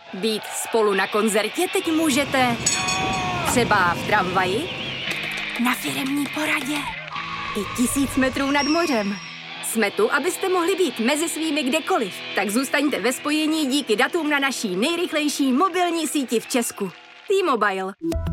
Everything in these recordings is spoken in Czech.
Být spolu na koncertě teď můžete třeba v tramvaji, na firemní poradě i 1000 metrů nad mořem. Jsme tu, abyste mohli být mezi svými kdekoliv. Tak zůstaňte ve spojení díky datům na naší nejrychlejší mobilní síti v Česku. T-Mobile.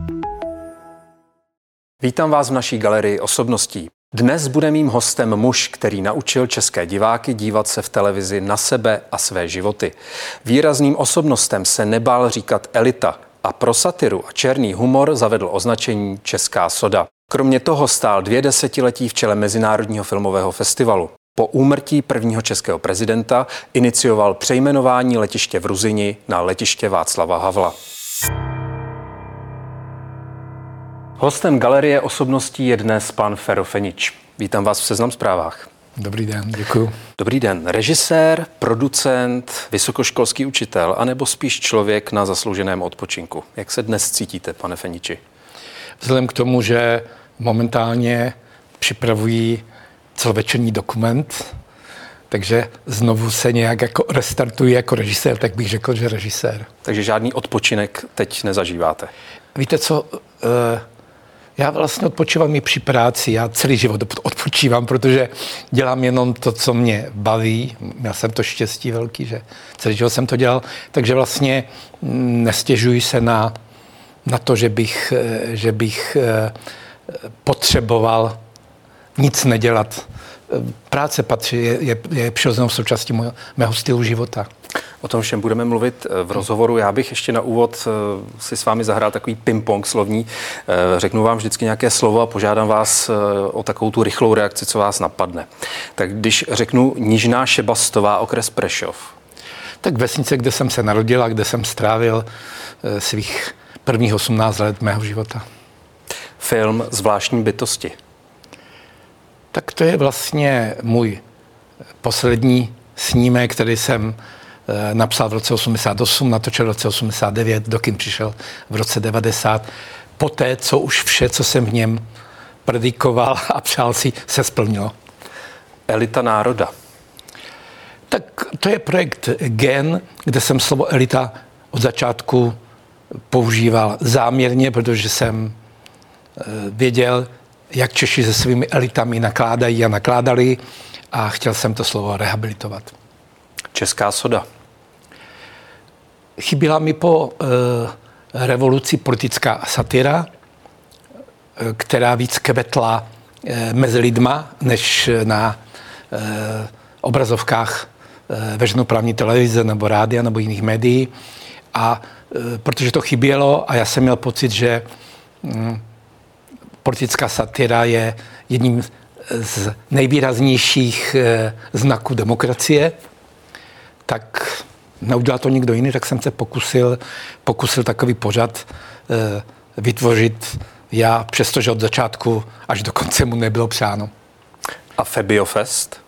Vítám vás v naší galerii osobností. Dnes bude mým hostem muž, který naučil české diváky dívat se v televizi na sebe a své životy. Výrazným osobnostem se nebál říkat elita a pro satiru a černý humor zavedl označení Česká soda. Kromě toho stál 2 desetiletí v čele Mezinárodního filmového festivalu. Po úmrtí prvního českého prezidenta inicioval přejmenování letiště v Ruzyni na letiště Václava Havla. Hostem galerie osobností je dnes pan Fero Fenič. Vítám vás v Seznam Zprávách. Dobrý den, děkuji. Dobrý den. Režisér, producent, vysokoškolský učitel, anebo spíš člověk na zaslouženém odpočinku. Jak se dnes cítíte, pane Feniči? Vzhledem k tomu, že momentálně připravují celovečerní dokument, takže znovu se nějak jako restartuji jako režisér, tak bych řekl, že režisér. Takže žádný odpočinek teď nezažíváte? Víte co, já vlastně odpočívám i při práci, já celý život odpočívám, protože dělám jenom to, co mě baví. Měl jsem to štěstí velký, že celý život jsem to dělal, takže vlastně nestěžuji se na to, že bych potřeboval nic nedělat. Práce patří, je přirozenou součástí mého stylu života. O tom všem budeme mluvit v rozhovoru. Já bych ještě na úvod si s vámi zahrál takový ping-pong slovní. Řeknu vám vždycky nějaké slovo a požádám vás o takovou tu rychlou reakci, co vás napadne. Tak když řeknu Nižná Šebastová, okres Prešov. Tak vesnice, kde jsem se narodil a kde jsem strávil svých prvních 18 let mého života. Film Zvláštní bytosti. Tak to je vlastně můj poslední snímek, který jsem napsal v roce 88, natočil v roce 89, do kin přišel v roce 90. Poté, co už vše, co jsem v něm predikoval a přál si, se splnilo. Elita národa. Tak to je projekt Gen, kde jsem slovo elita od začátku používal záměrně, protože jsem věděl, jak Češi se svými elitami nakládají a nakládali a chtěl jsem to slovo rehabilitovat. Česká soda. Chyběla mi po revoluci politická satira, která víc kvetla mezi lidma, než na obrazovkách veřejnoprávní televize nebo rádia nebo jiných médií. A protože to chybělo a já jsem měl pocit, že politická satira je jedním z nejvýraznějších znaků demokracie, tak neudělal to nikdo jiný, tak jsem se pokusil takový pořad vytvořit já, přestože od začátku až do konce mu nebylo přáno. A Febiofest?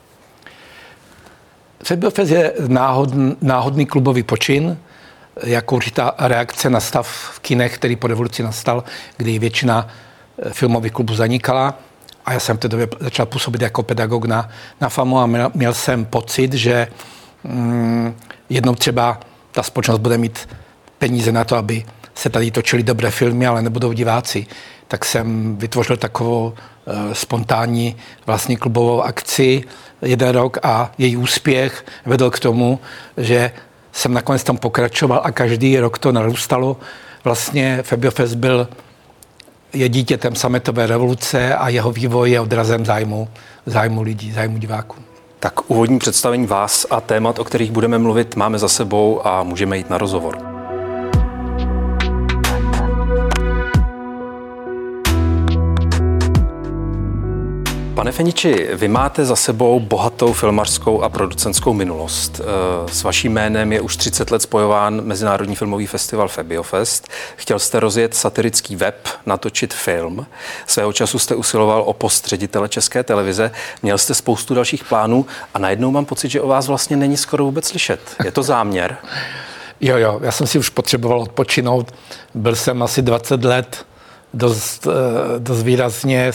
Febiofest je náhodný klubový počin, jako určitá reakce na stav v kinech, který po revoluci nastal, kdy většina filmových klubů zanikala a já jsem v té době začal působit jako pedagog na FAMu a měl jsem pocit, že jednou třeba ta společnost bude mít peníze na to, aby se tady točily dobré filmy, ale nebudou diváci. Tak jsem vytvořil takovou spontánní vlastně klubovou akci 1 rok a její úspěch vedl k tomu, že jsem nakonec tam pokračoval a každý rok to narůstalo. Vlastně Febiofest je dítětem sametové revoluce a jeho vývoj je odrazem zájmu lidí, zájmu diváků. Tak úvodní představení vás a témat, o kterých budeme mluvit, máme za sebou a můžeme jít na rozhovor. Pane Feniči, vy máte za sebou bohatou filmařskou a producentskou minulost. S vaším jménem je už 30 let spojován Mezinárodní filmový festival Febiofest. Chtěl jste rozjet satirický web, natočit film. Svého času jste usiloval o post ředitele České televize. Měl jste spoustu dalších plánů a najednou mám pocit, že o vás vlastně není skoro vůbec slyšet. Je to záměr? Jo, já jsem si už potřeboval odpočinout. Byl jsem asi 20 let dost výrazně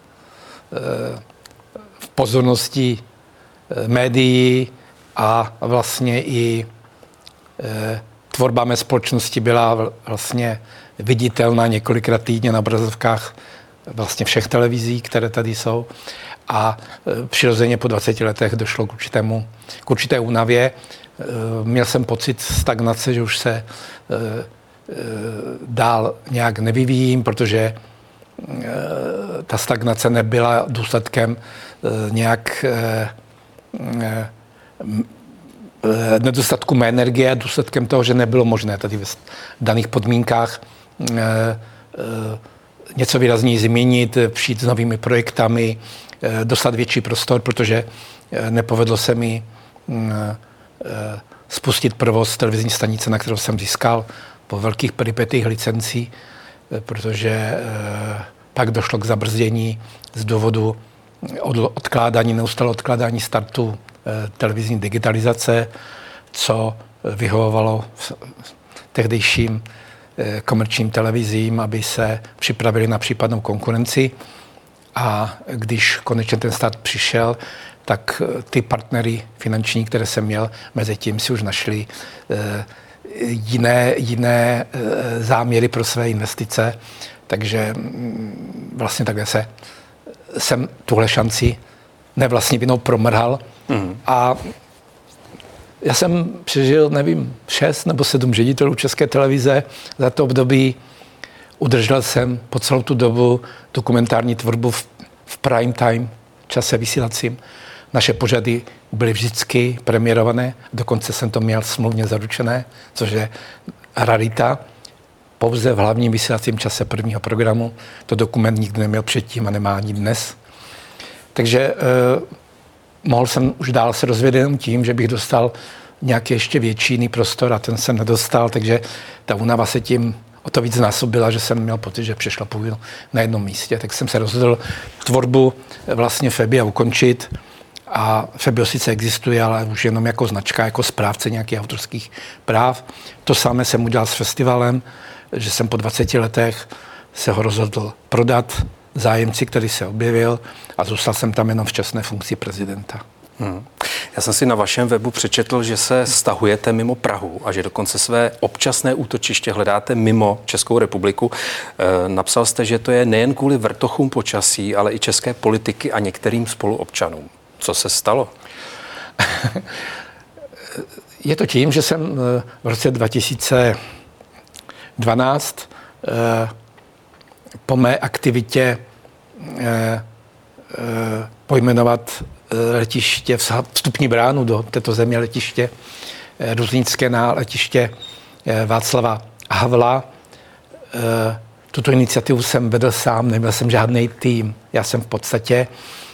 v pozornosti médií a vlastně i tvorba mé společnosti byla vlastně viditelná několikrát týdně na obrazovkách vlastně všech televizí, které tady jsou. A přirozeně po 20 letech došlo k určité únavě. Měl jsem pocit stagnace, že už se dál nějak nevyvíjím, protože ta stagnace nebyla důsledkem nějak nedostatku mé energie, důsledkem toho, že nebylo možné tady v daných podmínkách něco výrazněji změnit, přijít s novými projektami, dostat větší prostor, protože nepovedlo se mi spustit provoz televizní stanice, na kterou jsem získal po velkých peripetích licencí, protože pak došlo k zabrzdění z důvodu neustále odkládání startu televizní digitalizace, co vyhovovalo tehdejším komerčním televizím, aby se připravili na případnou konkurenci. A když konečně ten start přišel, tak ty partnery finanční, které jsem měl, mezi tím si už našli jiné záměry pro své investice. Takže vlastně takhle jsem tuhle šanci nevlastní vinou promrhal. A já jsem přežil, nevím, 6 nebo 7 ředitelů České televize. Za to období udržel jsem po celou tu dobu dokumentární tvorbu v prime time čase vysílacím. Naše pořady byly vždycky premiérované, dokonce jsem to měl smluvně zaručené, což je rarita. Pouze v hlavním vysílacím čase prvního programu. To dokument nikdy neměl předtím a nemá ani dnes. Takže mohl jsem už dál se rozvědět jenom tím, že bych dostal nějaký ještě větší jiný prostor a ten jsem nedostal, takže ta únava se tím o to víc násobila, že jsem měl pocit, že přešlapuju na jednom místě. Tak jsem se rozhodl tvorbu vlastně Febia ukončit a Febio sice existuje, ale už jenom jako značka, jako správce nějakých autorských práv. To samé jsem udělal s festivalem, že jsem po 20 letech se ho rozhodl prodat zájemci, který se objevil a zůstal jsem tam jenom v čestné funkci prezidenta. Já jsem si na vašem webu přečetl, že se stahujete mimo Prahu a že dokonce své občasné útočiště hledáte mimo Českou republiku. Napsal jste, že to je nejen kvůli vrtochům počasí, ale i české politiky a některým spoluobčanům. Co se stalo? Je to tím, že jsem v roce 2012 po mé aktivitě pojmenovat letiště, vstupní bránu do této země, letiště Ruznické na letiště Václava Havla. Tuto iniciativu jsem vedl sám, neměl jsem žádný tým. Já jsem v podstatě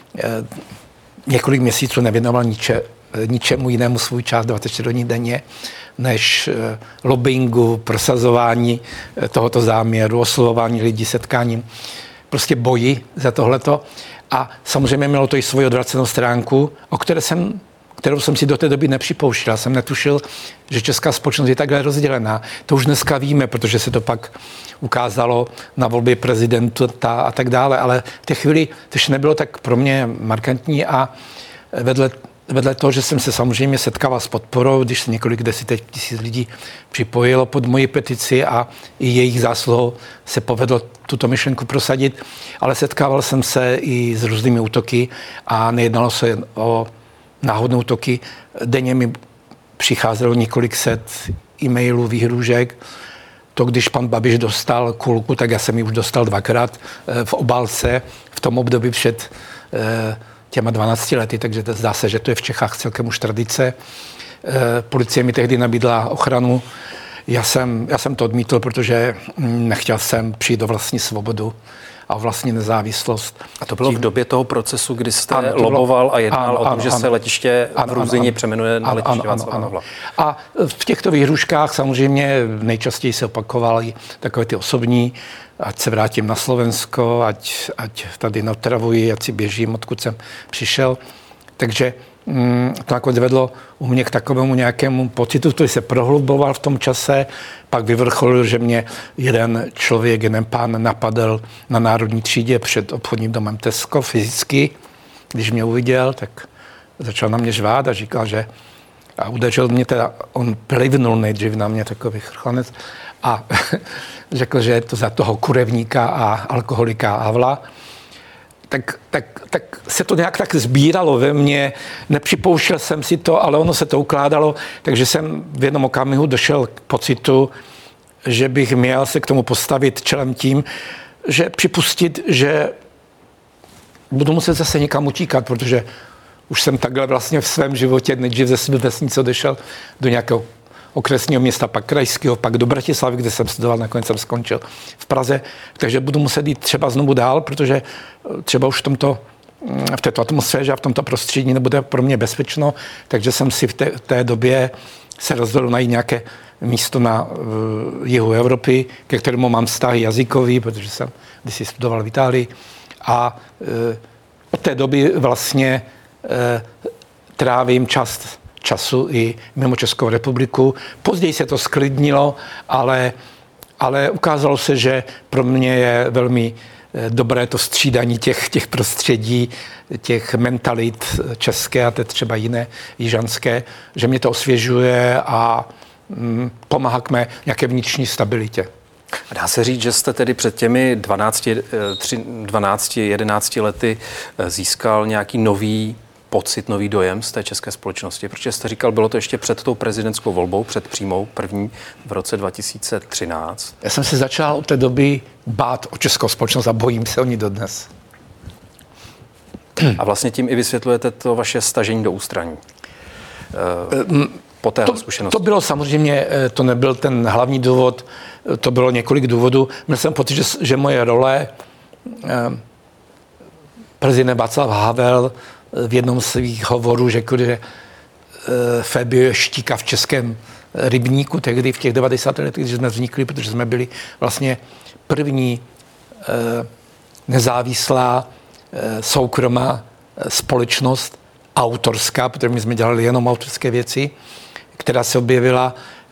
několik měsíců nevěnoval ničemu jinému svůj čas 24 hodin denně, než lobbingu, prosazování tohoto záměru, oslovování lidí, setkáním, prostě boji za tohleto. A samozřejmě mělo to i svoji odvracenou stránku, kterou jsem si do té doby nepřipouštěl. Já jsem netušil, že česká společnost je takhle rozdělená. To už dneska víme, protože se to pak ukázalo na volbě prezidenta a tak dále, ale v té chvíli to ještě nebylo tak pro mě markantní a vedle toho, že jsem se samozřejmě setkával s podporou, když se několik desítek tisíc lidí připojilo pod moji petici a i jejich zásluhou se povedlo tuto myšlenku prosadit, ale setkával jsem se i s různými útoky a nejednalo se o náhodné útoky. Denně mi přicházelo několik set e-mailů, výhrůžek. To, když pan Babiš dostal kulku, tak já jsem ji už dostal 2krát v obálce v tom období před těma 12 lety, takže to zdá se, že to je v Čechách celkem už tradice. Policie mi tehdy nabídla ochranu. Já jsem to odmítl, protože nechtěl jsem přijít do vlastní svobodu a vlastní nezávislost. A to bylo v době toho procesu, kdy jste loboval a jednal o tom, že se letiště v Ruzyni přeměnuje na letiště Václava Havla. A v těchto výhruškách samozřejmě nejčastěji se opakovaly takové ty osobní, ať se vrátím na Slovensko, ať tady neotravuji, ať si běžím, odkud jsem přišel. Takže to nakonec vedlo u mě k takovému nějakému pocitu, který se prohluboval v tom čase, pak vyvrcholil, že mě jeden člověk, jeden pán napadl na Národní třídě před obchodním domem Tesco fyzicky. Když mě uviděl, tak začal na mě žvát a říkal, že a udeřil mě teda, on plivnul nejdřív na mě takový chrchanec a řekl, že je to za toho kurevníka a alkoholika Havla. Tak se to nějak tak sbíralo ve mně, nepřipouštěl jsem si to, ale ono se to ukládalo, takže jsem v jednom okamihu došel k pocitu, že bych měl se k tomu postavit čelem tím, že připustit, že budu muset zase někam utíkat, protože už jsem takhle vlastně v svém životě nejdřív ze své vesnice odešel do nějakého okresního města, pak krajského, pak do Bratislavy, kde jsem studoval, nakonec jsem skončil v Praze, takže budu muset jít třeba znovu dál, protože třeba už v této atmosféře a v tomto prostředí nebude pro mě bezpečno, takže jsem si v té době se rozhodl najít nějaké místo na jihu Evropy, ke kterému mám vztahy jazykový, protože jsem kdysi studoval v Itálii a od té doby vlastně trávím času i mimo Českou republiku. Později se to sklidnilo, ale ukázalo se, že pro mě je velmi dobré to střídání těch prostředí, těch mentalit české a teď třeba jiné, jižanské, že mě to osvěžuje a pomáhá k mé nějaké vnitřní stabilitě. Dá se říct, že jste tedy před těmi 12, 11 lety získal nějaký nový pocit, nový dojem z té české společnosti? Protože jste říkal, bylo to ještě před tou prezidentskou volbou, před přímou první v roce 2013. Já jsem se začal od té doby bát o českou společnost a bojím se o ní dodnes. A vlastně tím i vysvětlujete to vaše stažení do ústraní. Po téhle zkušenosti. To bylo samozřejmě, to nebyl ten hlavní důvod, to bylo několik důvodů. Měl jsem pocit, že moje role prezident Václav Havel v jednom z svých hovorů řekl, že Fabio je štíka v českém rybníku, tehdy v těch 90. letech, když jsme vznikli, protože jsme byli vlastně první nezávislá soukromá společnost autorská, protože my jsme dělali jenom autorské věci, která se objevila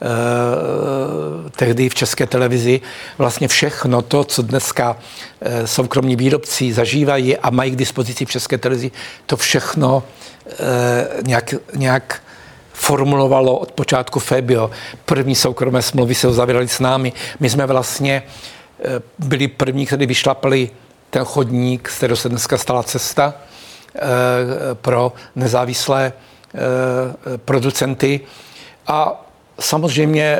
tehdy v České televizi. Vlastně všechno to, co dneska soukromí výrobci zažívají a mají k dispozici v České televizi, to všechno nějak formulovalo od počátku Fabio. První soukromé smlouvy se uzavíraly s námi. My jsme vlastně byli první, kteří vyšlapali ten chodník, z kterého se dneska stala cesta pro nezávislé producenty. A samozřejmě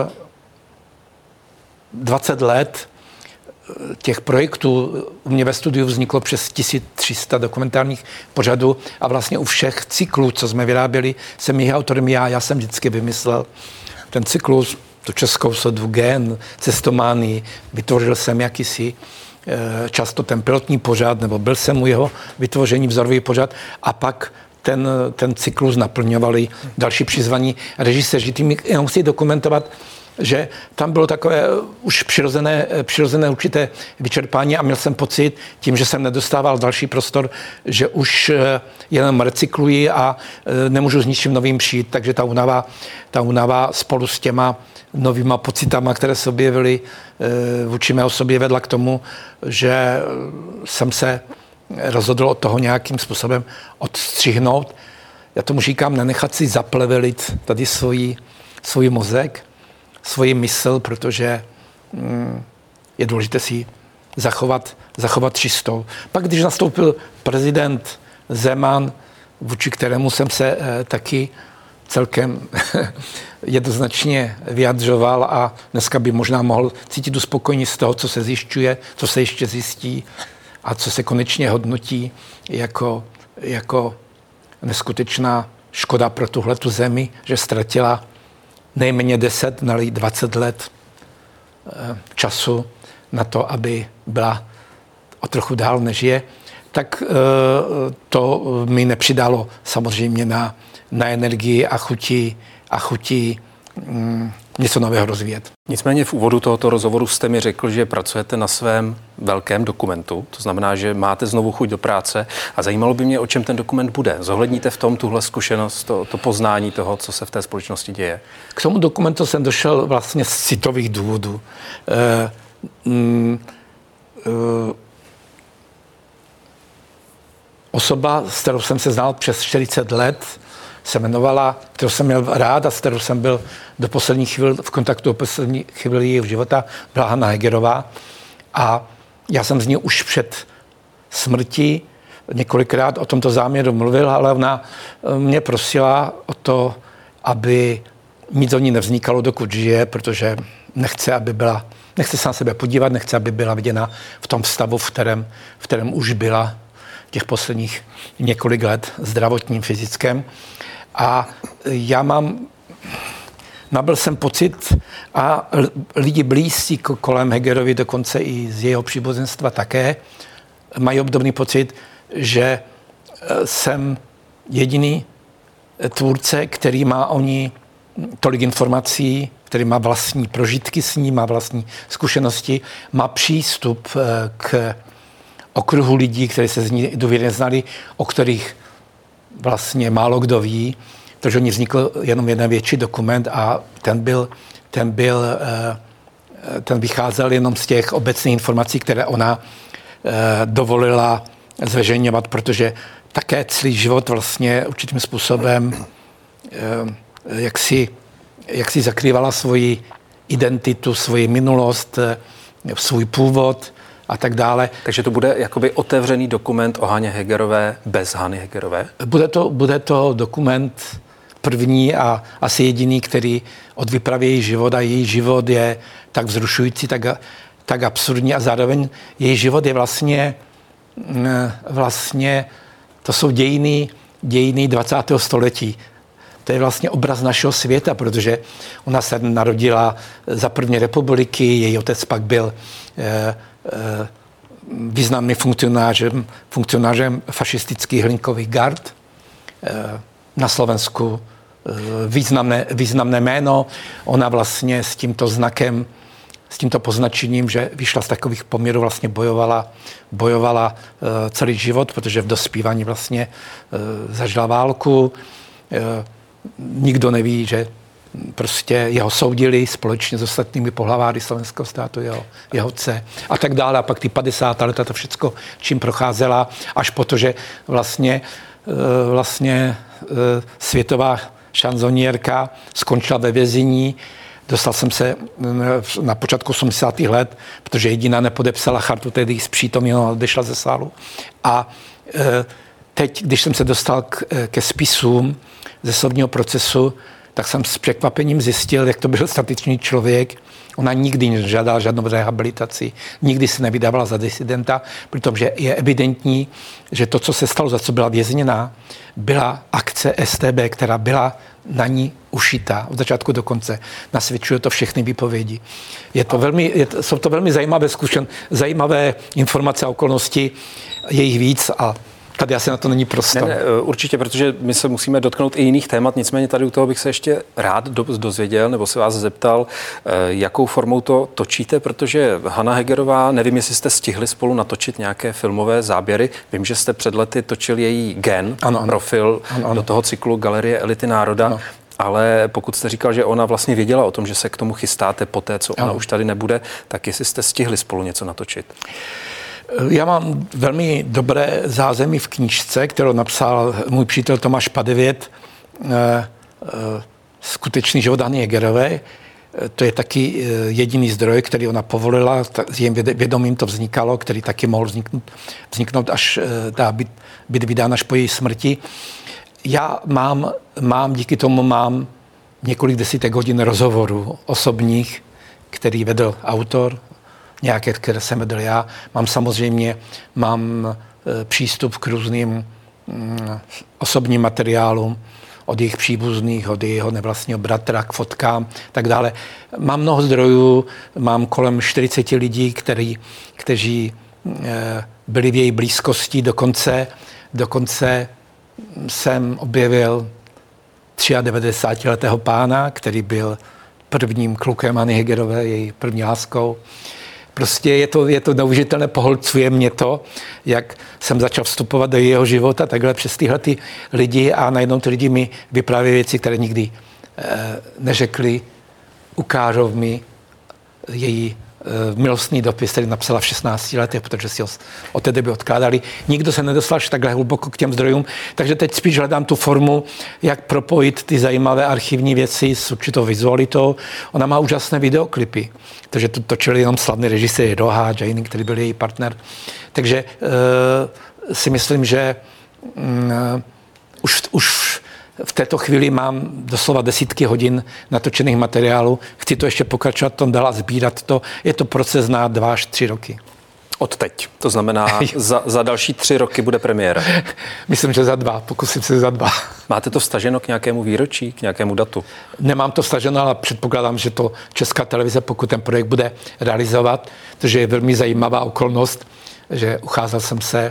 20 let těch projektů u mě ve studiu vzniklo přes 1300 dokumentárních pořadů a vlastně u všech cyklů, co jsme vyráběli, jsem jejich autorem já jsem vždycky vymyslel ten cyklus, tu českou sodu Gen, Cestománii, vytvořil jsem jakýsi často ten pilotní pořad, nebo byl jsem u jeho vytvoření vzorový pořad a pak ten cyklus naplňovali další přizvaní režiséři. Tím já musím dokumentovat, že tam bylo takové už přirozené určité vyčerpání a měl jsem pocit, tím, že jsem nedostával další prostor, že už jenom recykluji a nemůžu s ničím novým přijít, takže ta únava spolu s těma novýma pocitama, které se objevily vůči mé osobě, vedla k tomu, že jsem se rozhodl od toho nějakým způsobem odstřihnout. Já tomu říkám, nenechat si zaplevelit tady svůj mozek, svoji mysl, protože je důležité si zachovat čistou. Pak, když nastoupil prezident Zeman, vůči kterému jsem se taky celkem jednoznačně vyjadřoval a dneska by možná mohl cítit uspokojení z toho, co se zjišťuje, co se ještě zjistí a co se konečně hodnotí jako neskutečná škoda pro tuhletu zemi, že ztratila nejméně 10, neli 20 let času na to, aby byla o trochu dál, než je, tak to mi nepřidalo samozřejmě na energii a chuti něco nového rozvíjet. Nicméně v úvodu tohoto rozhovoru jste mi řekl, že pracujete na svém velkém dokumentu, to znamená, že máte znovu chuť do práce a zajímalo by mě, o čem ten dokument bude. Zohledníte v tom tuhle zkušenost, to poznání toho, co se v té společnosti děje? K tomu dokumentu jsem došel vlastně z citových důvodů. Osoba, s kterou jsem se znal přes 40 let, se jmenovala, kterou jsem měl rád a s kterou jsem byl do poslední chvíli v kontaktu, do poslední chvíli jejího života, byla Hana Hegerová. A já jsem z ní už před smrtí několikrát o tomto záměru mluvil, ale ona mě prosila o to, aby nic o ní nevznikalo, dokud žije, protože nechce se na sebe podívat, nechce, aby byla viděna v tom stavu, v kterém už byla těch posledních několik let zdravotním, fyzickém. A já nabyl jsem pocit, a lidi blízcí kolem Hegerovi, dokonce i z jeho příbuzenstva také, mají obdobný pocit, že jsem jediný tvůrce, který má o ní tolik informací, který má vlastní prožitky s ní, má vlastní zkušenosti, má přístup k okruhu lidí, kteří se z ní důvěrně znali, o kterých vlastně málo kdo ví, protože o ní vznikl jenom jeden větší dokument a ten vycházel jenom z těch obecných informací, které ona dovolila zveřejňovat, protože také celý život vlastně určitým způsobem jak si zakrývala svoji identitu, svoji minulost, svůj původ a tak dále. Takže to bude jakoby otevřený dokument o Haně Hegerové bez Hany Hegerové? Bude to dokument první a asi jediný, který odvypraví její život a její život je tak vzrušující, tak absurdní a zároveň její život je vlastně to jsou dějiny 20. století. To je vlastně obraz našeho světa, protože ona se narodila za první republiky, její otec pak byl významným funkcionářem fašistických Hlinkových gard. Na Slovensku významné jméno. Ona vlastně s tímto znakem, s tímto poznačením, že vyšla z takových poměrů, vlastně bojovala celý život, protože v dospívání vlastně zažila válku. Nikdo neví, že prostě jeho soudili společně s ostatními pohlaváry slovenského státu, jeho otce a tak dále. A pak ty 50. leta to všecko, čím procházela, až po to, že vlastně světová šanzonierka skončila ve vězení. Dostal jsem se na počátku 80. let, protože jediná nepodepsala chartu, tedy zpřítomněla, odešla ze sálu. A teď, když jsem se dostal ke spisům ze soudního procesu, tak jsem s překvapením zjistil, jak to byl statečný člověk. Ona nikdy nežádala žádnou rehabilitaci, nikdy se nevydávala za disidenta, protože je evidentní, že to, co se stalo, za co byla vězněná, byla akce StB, která byla na ní ušitá od začátku do konce. Nasvědčuje to všechny výpovědi. Jsou to velmi zajímavé informace a okolnosti, je jich víc a tady asi na to není prostor. Ne, určitě, protože my se musíme dotknout i jiných témat, nicméně tady u toho bych se ještě rád dozvěděl, nebo se vás zeptal, jakou formou to točíte, protože Hana Hegerová, nevím, jestli jste stihli spolu natočit nějaké filmové záběry. Vím, že jste před lety točil její Gen, profil do toho cyklu Galerie elity národa. Ano. Ale pokud jste říkal, že ona vlastně věděla o tom, že se k tomu chystáte poté, co ona už tady nebude, tak jestli jste stihli spolu něco natočit. Já mám velmi dobré zázemí v knížce, kterou napsal můj přítel Tomáš Padevět, Skutečný život Hany Hegerové. To je taky jediný zdroj, který ona povolila, s jejím vědomím to vznikalo, který taky mohl vzniknout až být vydán až po její smrti. Já díky tomu mám několik desítek hodin rozhovorů osobních, který vedl autor, nějaké, které jsem vedl já. Mám přístup k různým osobním materiálům od jejich příbuzných, od jeho nevlastního bratra, k fotkám, tak dále. Mám mnoho zdrojů, mám kolem 40 lidí, kteří byli v její blízkosti, dokonce jsem objevil 93letého pána, který byl prvním klukem Hany Hegerové, její první láskou. Prostě je to neuvěřitelné, pohlcuje mě to, jak jsem začal vstupovat do jeho života takhle přes tyhle ty lidi a najednou ty lidi mi vyprávějí věci, které nikdy neřekli, ukážou mi její milostný dopis, který napsala v 16 letech, protože si ho od té doby odkládali. Nikdo se nedostal až takhle hluboko k těm zdrojům, takže teď spíš hledám tu formu, jak propojit ty zajímavé archivní věci s určitou vizualitou. Ona má úžasné videoklipy, takže to točili jenom slavný režisér Roha, Jane, který byl její partner. Takže si myslím, že už v této chvíli mám doslova desítky hodin natočených materiálů. Chci to ještě pokračovat tom dál a sbírat to. Je to proces na 2 až 3 roky. Od teď. To znamená, za další 3 roky bude premiéra. Myslím, že za 2. Pokusím se za 2. Máte to vstaženo k nějakému výročí, k nějakému datu? Nemám to vstaženo, ale předpokládám, že to Česká televize, pokud ten projekt bude realizovat, protože je velmi zajímavá okolnost, že ucházel jsem se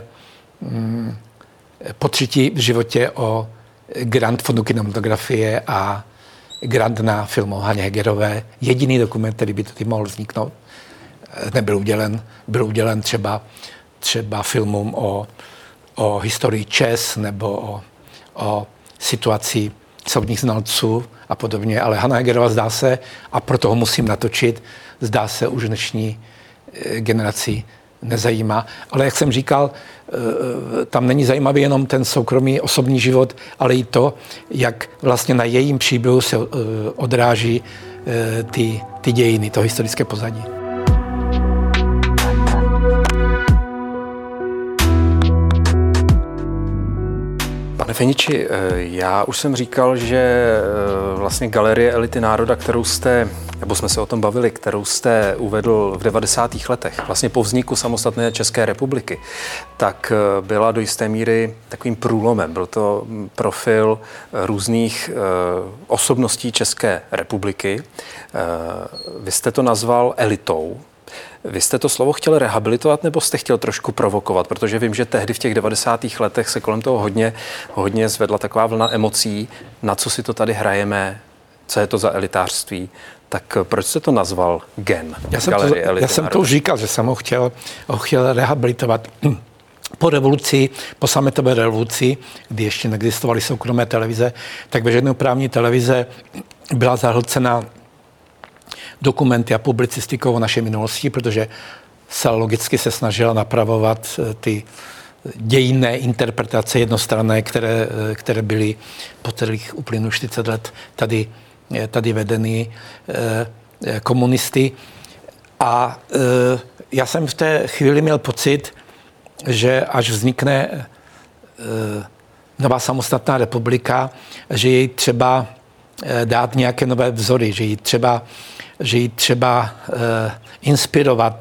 po 3. v životě o grant Fondu kinematografie a grant na film o Haně Hegerové. Jediný dokument, který by tady mohl vzniknout, nebyl udělen. Byl udělen třeba filmům o historii ČES nebo o situaci soudních znalců a podobně. Ale Hana Hegerová zdá se, a proto ho musím natočit, zdá se už dnešní generaci nezajímá. Ale jak jsem říkal, tam není zajímavý jenom ten soukromý osobní život, ale i to, jak vlastně na jejím příběhu se odráží ty dějiny, to historické pozadí. Pane Feniči, já už jsem říkal, že vlastně Galerie elity národa, kterou jste, nebo jsme se o tom bavili, kterou jste uvedl v 90. letech, vlastně po vzniku samostatné České republiky, tak byla do jisté míry takovým průlomem. Byl to profil různých osobností České republiky. Vy jste to nazval elitou. Vy jste to slovo chtěl rehabilitovat, nebo jste chtěl trošku provokovat? Protože vím, že tehdy v těch 90. letech se kolem toho hodně zvedla taková vlna emocí, na co si to tady hrajeme, co je to za elitářství. Tak proč jste to nazval GEN? Já jsem to už říkal, že jsem ho chtěl rehabilitovat. Po revoluci, po sametové revoluci, kdy ještě neexistovaly soukromé televize, tak veřejnoprávní televize byla zahlcena dokumenty a publicistikou o naší minulosti, protože se logicky snažila napravovat ty dějinné interpretace jednostranné, které byly po celých uplynulých 40 let tady vedeny komunisty. A já jsem v té chvíli měl pocit, že až vznikne nová samostatná republika, že jej třeba dát nějaké nové vzory, že ji třeba inspirovat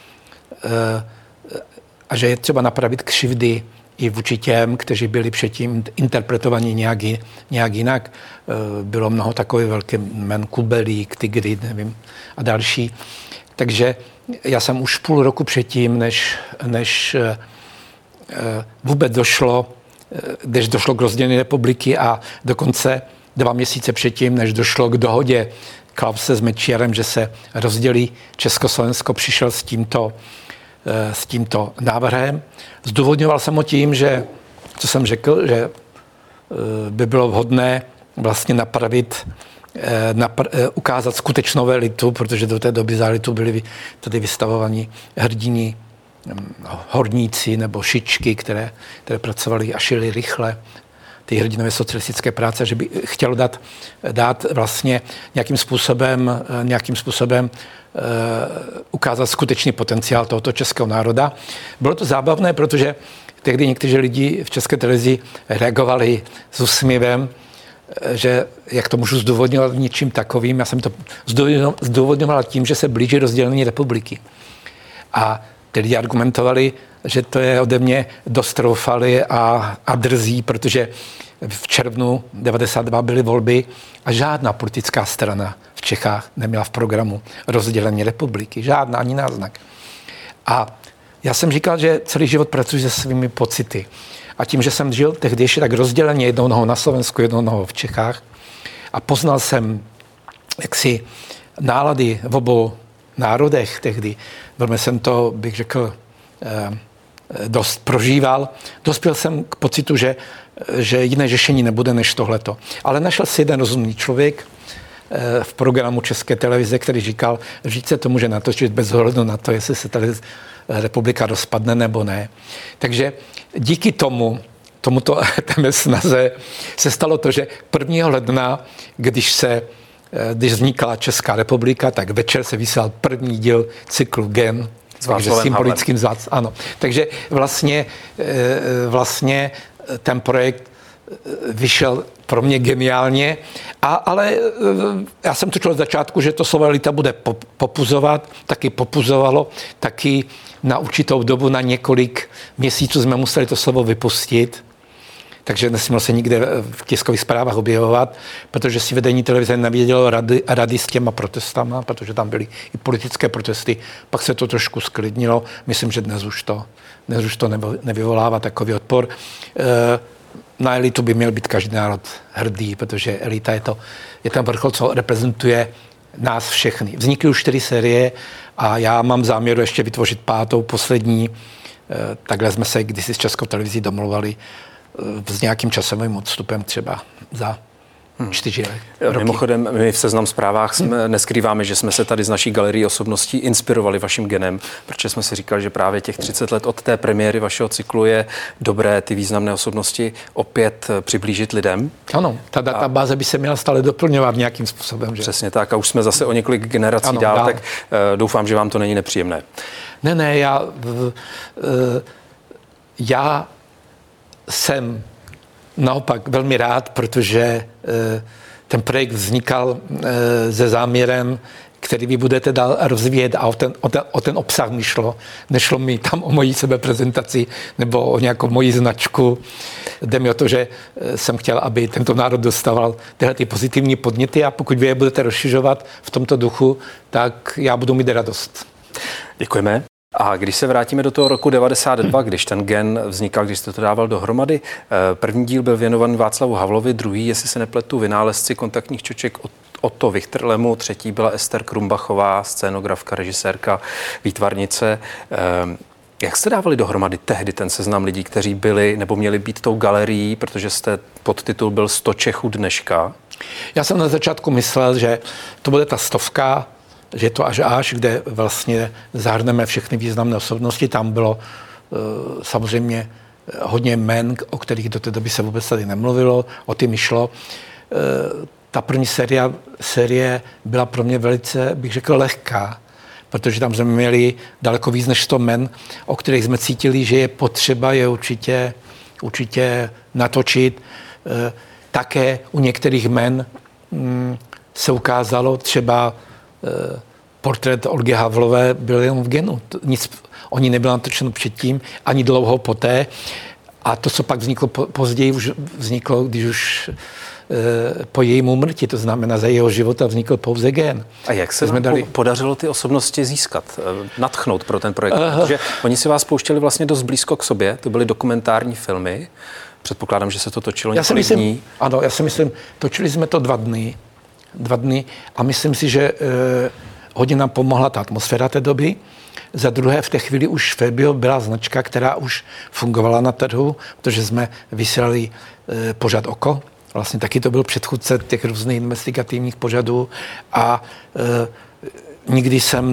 a že je třeba napravit křivdy i vůči těm, kteří byli předtím interpretovaní nějak jinak. Bylo mnoho takových velkých jmen, Kubelík, Tigrid, nevím, a další. Takže já jsem už půl roku předtím, než vůbec došlo k rozdělení republiky a dokonce 2 měsíce předtím, než došlo k dohodě Klause s Mečiarem, že se rozdělí Československo, přišel s tímto návrhem. Zdůvodňoval jsem ho tím, že, co jsem řekl, že by bylo vhodné vlastně ukázat skutečnou elitu, protože do té doby za elitu byli tady vystavovaní hrdini, horníci nebo šičky, které pracovali a šili rychle, ty hrdinové socialistické práce, že by chtěl dát vlastně nějakým způsobem ukázat skutečný potenciál tohoto českého národa. Bylo to zábavné, protože tehdy někteří lidi v České televizi reagovali s úsměvem, že jak to můžu zdůvodňovat něčím takovým. Já jsem to zdůvodňoval tím, že se blíží rozdělení republiky. A ty lidi argumentovali, že to je ode mě dost troufali a drzí, protože v červnu 92 byly volby a žádná politická strana v Čechách neměla v programu rozdělení republiky. Žádná, ani náznak. A já jsem říkal, že celý život pracuji se svými pocity. A tím, že jsem žil tehdy ještě tak rozděleně jednou nohou na Slovensku, jednou nohou v Čechách a poznal jsem jaksi nálady v obou národech tehdy, velmi jsem to, bych řekl, dost prožíval. Dospěl jsem k pocitu, že jiné řešení nebude než tohleto. Ale našel si jeden rozumný člověk, v programu České televize, který říkal, že se to může natočit bez ohledu na to, jestli se tady republika rozpadne nebo ne. Takže díky tomuto té snaze se stalo to, že 1. ledna, když vznikla Česká republika, tak večer se vysílal první díl cyklu Gen, takže symbolickým ano. Takže vlastně ten projekt vyšel pro mě geniálně, ale já jsem tušil od začátku, že to slovo elita bude popuzovat, taky popuzovalo, taky na určitou dobu, na několik měsíců jsme museli to slovo vypustit, takže nesmělo se nikde v tiskových zprávách objevovat, protože si vedení televize nevědělo rady s těma protestama, protože tam byly i politické protesty, pak se to trošku sklidnilo, myslím, že dnes už to nevyvolává takový odpor. Na elitu by měl být každý národ hrdý, protože elita je ten vrchol, co reprezentuje nás všechny. Vznikly už 4 série a já mám záměr ještě vytvořit 5., poslední. Takhle jsme se kdysi s Českou televizí domluvali s nějakým časovým odstupem třeba za 4 roky. Mimochodem, my v Seznam Zprávách neskrýváme, že jsme se tady z naší galerii osobností inspirovali vaším genem, protože jsme si říkali, že právě těch 30 let od té premiéry vašeho cyklu je dobré ty významné osobnosti opět přiblížit lidem. Ano, ta databáze by se měla stále doplňovat nějakým způsobem. Že? Přesně tak a už jsme zase o několik generací dál, tak doufám, že vám to není nepříjemné. Ne, já jsem naopak velmi rád, protože ten projekt vznikal se záměrem, který vy budete dál rozvíjet a o ten obsah mi šlo. Nešlo mi tam o moji sebeprezentaci nebo o nějakou moji značku. Jde mi o to, že jsem chtěl, aby tento národ dostával tyhle ty pozitivní podněty a pokud vy je budete rozšiřovat v tomto duchu, tak já budu mít radost. Děkujeme. A když se vrátíme do toho roku 92, když ten Gen vznikal, když jste to dával dohromady, první díl byl věnovaný Václavu Havlovi, druhý, jestli se nepletu, vynálezci kontaktních čoček Otto Wichterlemu, třetí byla Ester Krumbachová, scénografka, režisérka, výtvarnice. Jak jste dávali dohromady tehdy ten seznam lidí, kteří byli nebo měli být tou galerií, protože jste podtitul byl 100 Čechů dneška? Já jsem na začátku myslel, že to bude ta 100, že je to až, kde vlastně zahrneme všechny významné osobnosti. Tam bylo samozřejmě hodně jmen, o kterých do té doby se vůbec tady nemluvilo, o ty šlo. Ta první série byla pro mě velice, bych řekl, lehká, protože tam jsme měli daleko víc než 100 men, o kterých jsme cítili, že je potřeba je určitě natočit. Také u některých men se ukázalo portrét Olgy Havlové byl jenom v Genu. Nic o ní nebylo natočeno předtím, ani dlouho poté. A to, co pak vzniklo později, už vzniklo, když už po jejímu úmrtí, to znamená za jeho života vznikl pouze Gen. A jak se vám podařilo ty osobnosti získat, nadchnout pro ten projekt? Protože oni si vás pouštěli vlastně dost blízko k sobě, to byly dokumentární filmy. Předpokládám, že se to točilo několik dní. Ano, já si myslím, točili jsme to 2 dny a myslím si, že hodně nám pomohla ta atmosféra té doby. Za druhé, v té chvíli už Fabio byla značka, která už fungovala na trhu, protože jsme vysílali pořad Oko. Vlastně taky to byl předchůdce těch různých investigativních pořadů a nikdy jsem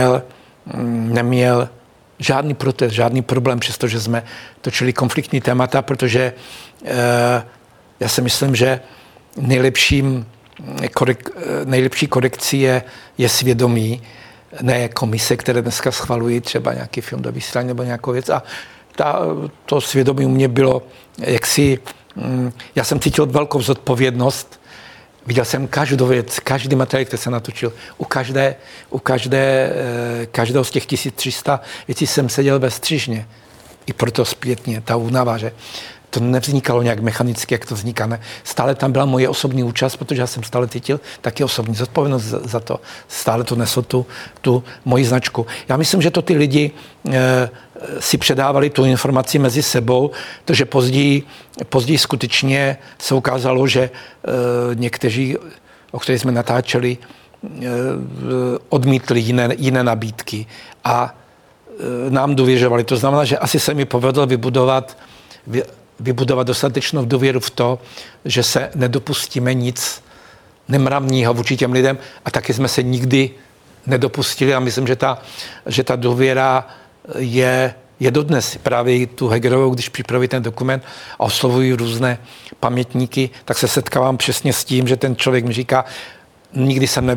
neměl žádný protest, žádný problém, přestože jsme točili konfliktní témata, protože já si myslím, že nejlepší korekcí je svědomí, ne komise, které dneska schvalují třeba nějaký film do vysílání nebo nějakou věc. A to svědomí u mě bylo jaksi, já jsem cítil velkou zodpovědnost. Viděl jsem každou věc, každý materiál, který jsem natočil. U každého z těch 1300 věcí jsem seděl ve střižně. I proto zpětně ta únava, že to nevznikalo nějak mechanicky, jak to vzniká. Ne. Stále tam byla moje osobní účast, protože já jsem stále cítil taky osobní zodpovědnost za to. Stále to neslo tu moji značku. Já myslím, že to ty lidi si předávali tu informaci mezi sebou, protože později skutečně se ukázalo, že někteří, o kterých jsme natáčeli, odmítli jiné nabídky a nám důvěřovali. To znamená, že asi se mi povedlo vybudovat dostatečnou důvěru v to, že se nedopustíme nic nemravního vůči těm lidem a taky jsme se nikdy nedopustili a myslím, že ta důvěra je dodnes. Právě tu Hegerovou, když připravuji ten dokument a oslovuji různé pamětníky, tak se setkávám přesně s tím, že ten člověk mi říká, nikdy jsem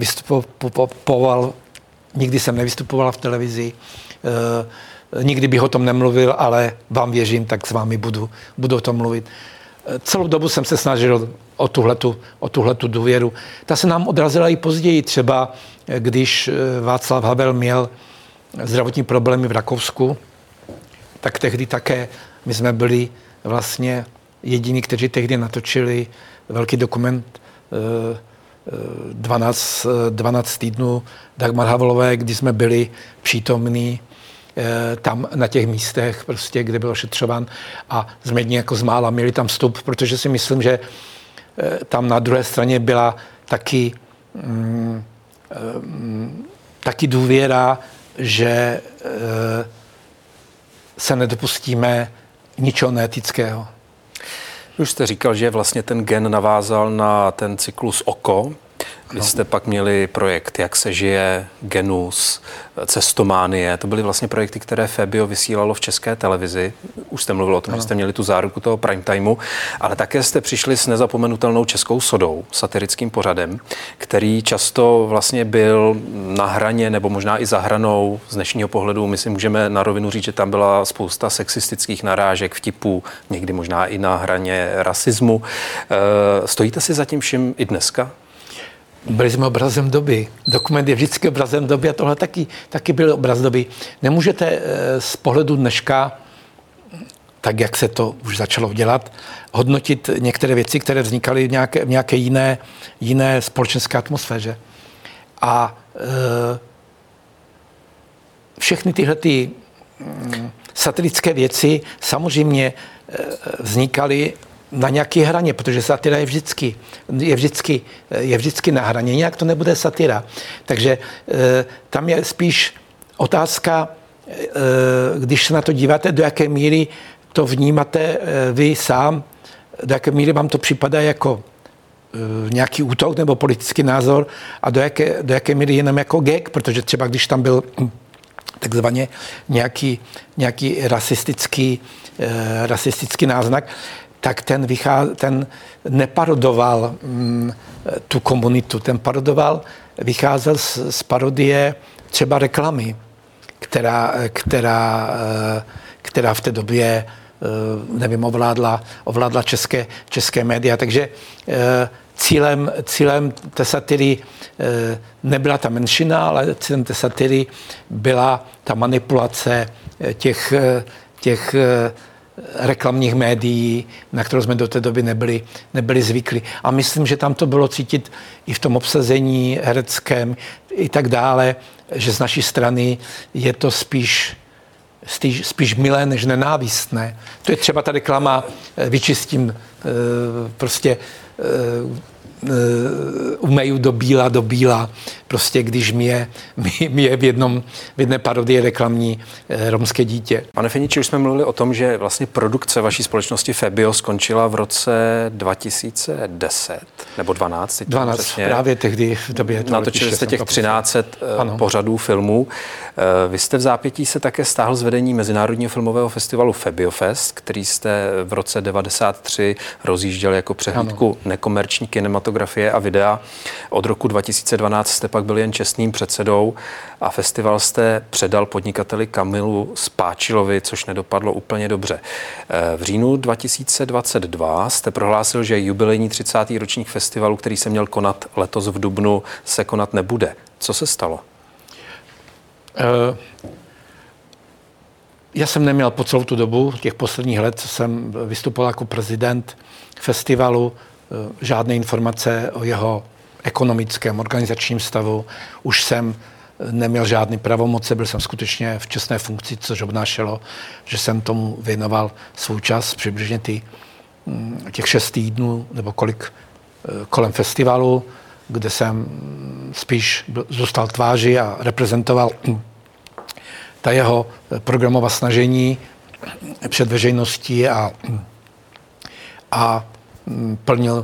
nevystupoval v televizi, nikdy bych o tom nemluvil, ale vám věřím, tak s vámi budu o tom mluvit. Celou dobu jsem se snažil o tuhletu důvěru. Ta se nám odrazila i později, třeba když Václav Havel měl zdravotní problémy v Rakousku, tak tehdy také my jsme byli vlastně jediní, kteří tehdy natočili velký dokument 12 týdnů Dagmar Havlové, kdy jsme byli přítomní tam na těch místech, prostě, kde byl ošetřován a jsme jedni jako z mála měli tam vstup, protože si myslím, že tam na druhé straně byla taky důvěra, že se nedopustíme ničeho neetického. Už jste říkal, že vlastně ten gen navázal na ten cyklus Oko. Vy jste pak měli projekt Jak se žije, Genus, Cestománie. To byly vlastně projekty, které Fébio vysílalo v České televizi. Už jste mluvil o tom, že jste měli tu záruku toho prime timeu, ale také jste přišli s nezapomenutelnou Českou sodou, satirickým pořadem, který často vlastně byl na hraně nebo možná i za hranou z dnešního pohledu. My si můžeme na rovinu říct, že tam byla spousta sexistických narážek, vtipů, někdy možná i na hraně rasismu. Stojíte si za tím vším i dneska? Byli jsme obrazem doby. Dokument je vždycky obrazem doby a tohle taky byl obraz doby. Nemůžete z pohledu dneška, tak jak se to už začalo dělat, hodnotit některé věci, které vznikaly v nějaké jiné společenské atmosféře. A všechny tyhle satirické věci samozřejmě vznikaly na nějaké hraně, protože satira je vždycky na hraně, jinak to nebude satira. Takže tam je spíš otázka, když se na to díváte, do jaké míry to vnímáte vy sám, do jaké míry vám to připadá jako nějaký útok nebo politický názor a do jaké míry jenom jako gag, protože třeba když tam byl takzvaně nějaký rasistický náznak, tak ten neparodoval tu komunitu, vycházel z parodie třeba reklamy, která v té době, nevím, ovládla české média. Takže cílem té satiry nebyla ta menšina, ale cílem té satiry byla ta manipulace těch reklamních médií, na kterou jsme do té doby nebyli zvyklí. A myslím, že tam to bylo cítit i v tom obsazení hereckém i tak dále, že z naší strany je to spíš milé než nenávistné. To je třeba ta reklama vyčistím prostě umeju do bíla, prostě když mi je v jedné parodii reklamní romské dítě. Pane Feniči, už jsme mluvili o tom, že vlastně produkce vaší společnosti Fébio skončila v roce 2010 nebo 12. 12, právě tehdy v době. Natočili jste těch 1300 pořadů filmů. Vy jste v zápětí se také stáhl z vedení Mezinárodního filmového festivalu FebioFest, který jste v roce 1993 rozjížděl jako přehlídku nekomerční kinematografie a videa. Od roku 2012 jste pak byl jen čestným předsedou a festival jste předal podnikateli Kamilu Spáčilovi, což nedopadlo úplně dobře. V říjnu 2022 jste prohlásil, že jubilejní 30. ročník festivalu, který se měl konat letos v dubnu, se konat nebude. Co se stalo? Já jsem neměl po celou tu dobu, těch posledních let, co jsem vystupoval jako prezident festivalu, žádné informace o jeho ekonomickém, organizačním stavu. Už jsem neměl žádný pravomoce, byl jsem skutečně v čestné funkci, což obnášelo, že jsem tomu věnoval svůj čas, přibližně těch 6 týdnů nebo kolik kolem festivalu, kde jsem spíš zůstal tváří a reprezentoval ta jeho programová snažení před veřejností a plnil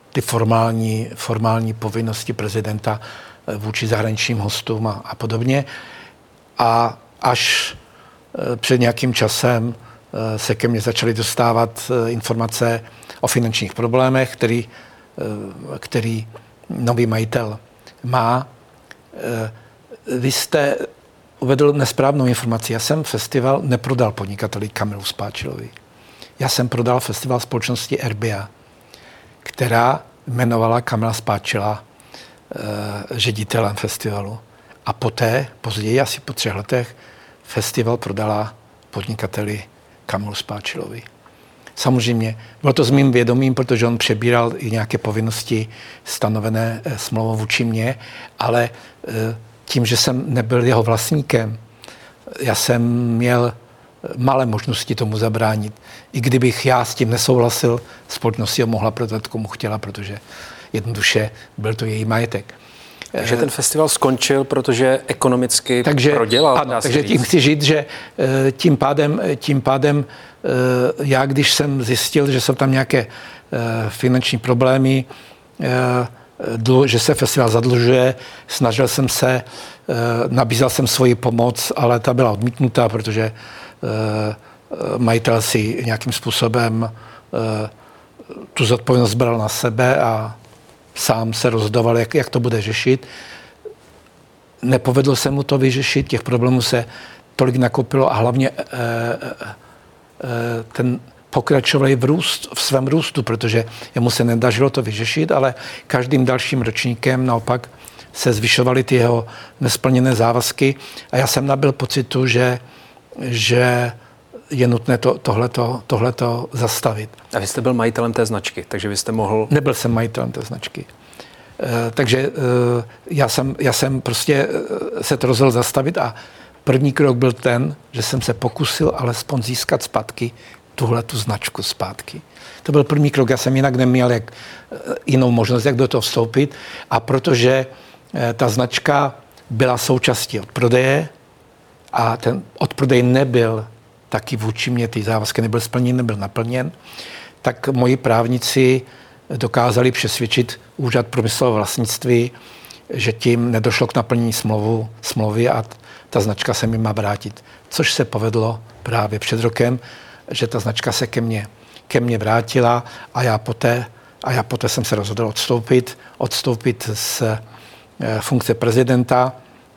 ty formální povinnosti prezidenta vůči zahraničním hostům a podobně. A až před nějakým časem se ke mně začaly dostávat informace o finančních problémech, který nový majitel má. Vy jste uvedl nesprávnou informaci. Já jsem festival neprodal podnikateli Kamilu Spáčilovi. Já jsem prodal festival společnosti RBA, která jmenovala Kamila Spáčila ředitelem festivalu. A později, asi po 3 letech, festival prodala podnikateli Kamilu Spáčilovi. Samozřejmě bylo to s mým vědomím, protože on přebíral i nějaké povinnosti stanovené smlouvou vůči mně, ale tím, že jsem nebyl jeho vlastníkem, já jsem měl malé možnosti tomu zabránit. I kdybych já s tím nesouhlasil, společnost ho mohla prodat komu chtěla, protože jednoduše byl to její majetek. Takže ten festival skončil, protože ekonomicky prodělal. Ano, takže tím chci říct, že tím pádem já, když jsem zjistil, že jsou tam nějaké finanční problémy, že se festival zadlužuje, snažil jsem se, nabízel jsem svoji pomoc, ale ta byla odmítnutá, protože majitel si nějakým způsobem tu zodpovědnost bral na sebe a sám se rozhodoval, jak to bude řešit. Nepovedlo se mu to vyřešit, těch problémů se tolik nakopilo a hlavně ten pokračoval v svém růstu, protože jemu se nedařilo to vyřešit, ale každým dalším ročníkem naopak se zvyšovaly ty jeho nesplněné závazky a já jsem nabyl pocitu, že je nutné tohleto zastavit. A vy jste byl majitelem té značky, takže vy jste mohl... Nebyl jsem majitelem té značky. Takže já jsem prostě se to rozhodl zastavit a první krok byl ten, že jsem se pokusil alespoň získat zpátky tuhletu značku zpátky. To byl první krok, já jsem jinak neměl jinou možnost, jak do toho vstoupit a protože ta značka byla součástí odprodeje a ten odprodej nebyl taky vůči mě, ty závazky nebyl splněn, nebyl naplněn, tak moji právníci dokázali přesvědčit úřad průmyslového vlastnictví, že tím nedošlo k naplnění smlouvy a ta značka se mi má vrátit. Což se povedlo právě před rokem, že ta značka se ke mně vrátila a já poté jsem se rozhodl odstoupit z funkce prezidenta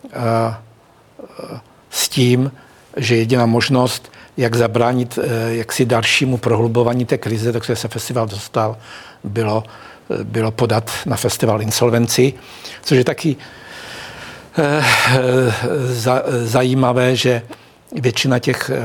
s tím, že jediná možnost, jak zabránit jaksi dalšímu prohlubování té krize, do které se festival dostal, bylo podat na festival insolvenci, což je taky zajímavé, že většina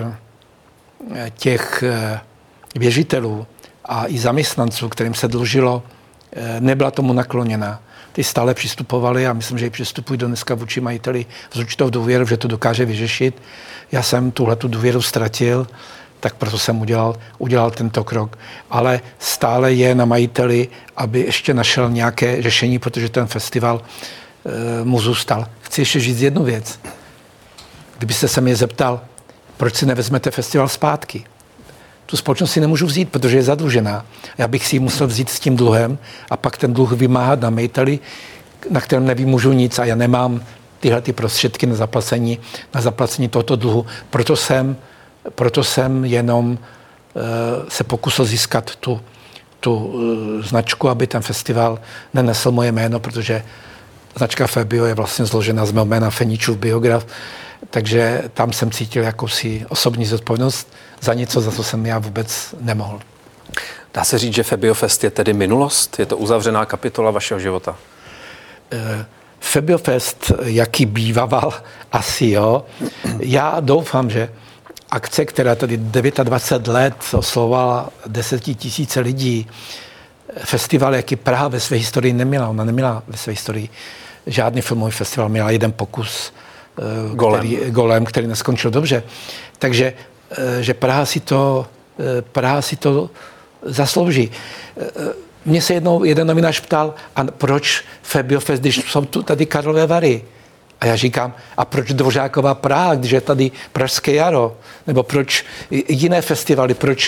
těch věřitelů a i zaměstnanců, kterým se dlužilo, nebyla tomu nakloněna. Ty stále přistupovali a myslím, že i přistupují do dneska vůči majiteli s určitou důvěrou, že to dokáže vyřešit. Já jsem tuhletu důvěru ztratil, tak proto jsem udělal tento krok. Ale stále je na majiteli, aby ještě našel nějaké řešení, protože ten festival mu zůstal. Chci ještě říct jednu věc. Kdybyste se mě zeptal, proč si nevezmete festival zpátky? Tu společnost si nemůžu vzít, protože je zadlužená. Já bych si ji musel vzít s tím dluhem a pak ten dluh vymáhat na majiteli, na kterém nevymůžu nic a já nemám tyhle ty prostředky na zaplacení tohoto dluhu. Proto jsem jenom se pokusil získat tu značku, aby ten festival nenesl moje jméno, protože značka Febio je vlastně zložena z mého jména Feníčův biograf, takže tam jsem cítil jakousi osobní zodpovědnost za něco, za co jsem já vůbec nemohl. Dá se říct, že Febiofest je tedy minulost? Je to uzavřená kapitola vašeho života? Febiofest, jaký býval, asi jo. Já doufám, že akce, která tady 29 let oslovovala 10 000 lidí, festival, jaký Praha ve své historii neměla. Ona neměla ve své historii žádný filmový festival, měla jeden pokus golem, který neskončil dobře. Takže že Praha si to zaslouží. Mě se jednou jeden novinář ptal, a proč Febiofest, když jsou tu tady Karlovy Vary? A já říkám, a proč Dvořáková Praha, když je tady Pražské jaro? Nebo proč jiné festivaly,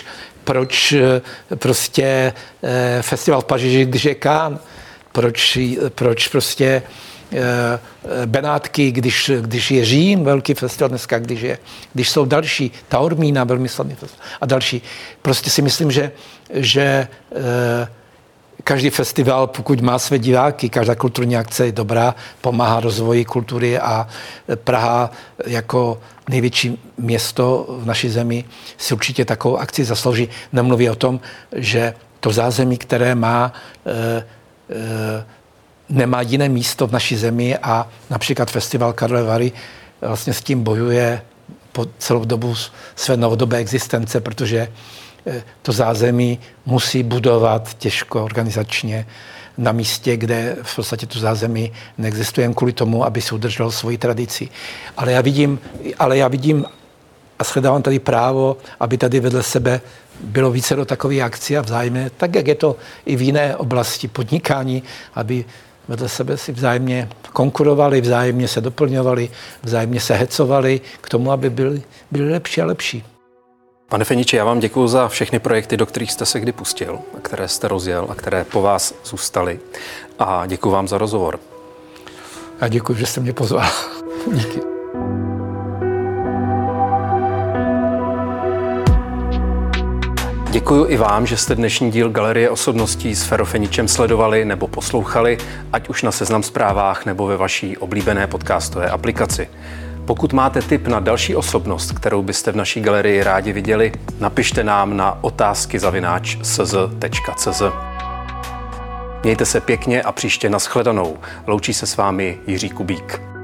proč prostě festival v Paříži, když je Cannes, proč prostě Benátky, když je Řím, velký festival dneska, když jsou další, Taormína, velmi slavný festival a další. Prostě si myslím, že každý festival, pokud má své diváky, každá kulturní akce je dobrá, pomáhá rozvoji kultury a Praha jako největší město v naší zemi si určitě takovou akci zaslouží. Nemluví o tom, že to zázemí, které má, nemá jiné místo v naší zemi a například festival Karlovy Vary vlastně s tím bojuje po celou dobu své novodobé existence, protože to zázemí musí budovat těžko organizačně na místě, kde v podstatě to zázemí neexistuje jen kvůli tomu, aby si udržel svoji tradici. Ale já vidím a shledávám tady právo, aby tady vedle sebe bylo více do takové akcí a vzájemně, tak jak je to i v jiné oblasti podnikání, aby vedle sebe si vzájemně konkurovali, vzájemně se doplňovali, vzájemně se hecovali k tomu, aby byli lepší a lepší. Pane Feniči, já vám děkuji za všechny projekty, do kterých jste se kdy pustil, a které jste rozjel a které po vás zůstaly. A děkuji vám za rozhovor. A děkuji, že jste mě pozval. Díky. Děkuji i vám, že jste dnešní díl Galerie osobností s Fero Feničem sledovali nebo poslouchali, ať už na Seznam Zprávách nebo ve vaší oblíbené podcastové aplikaci. Pokud máte tip na další osobnost, kterou byste v naší galerii rádi viděli, napište nám na otázky@sz.cz. Mějte se pěkně a příště nashledanou. Loučí se s vámi Jiří Kubík.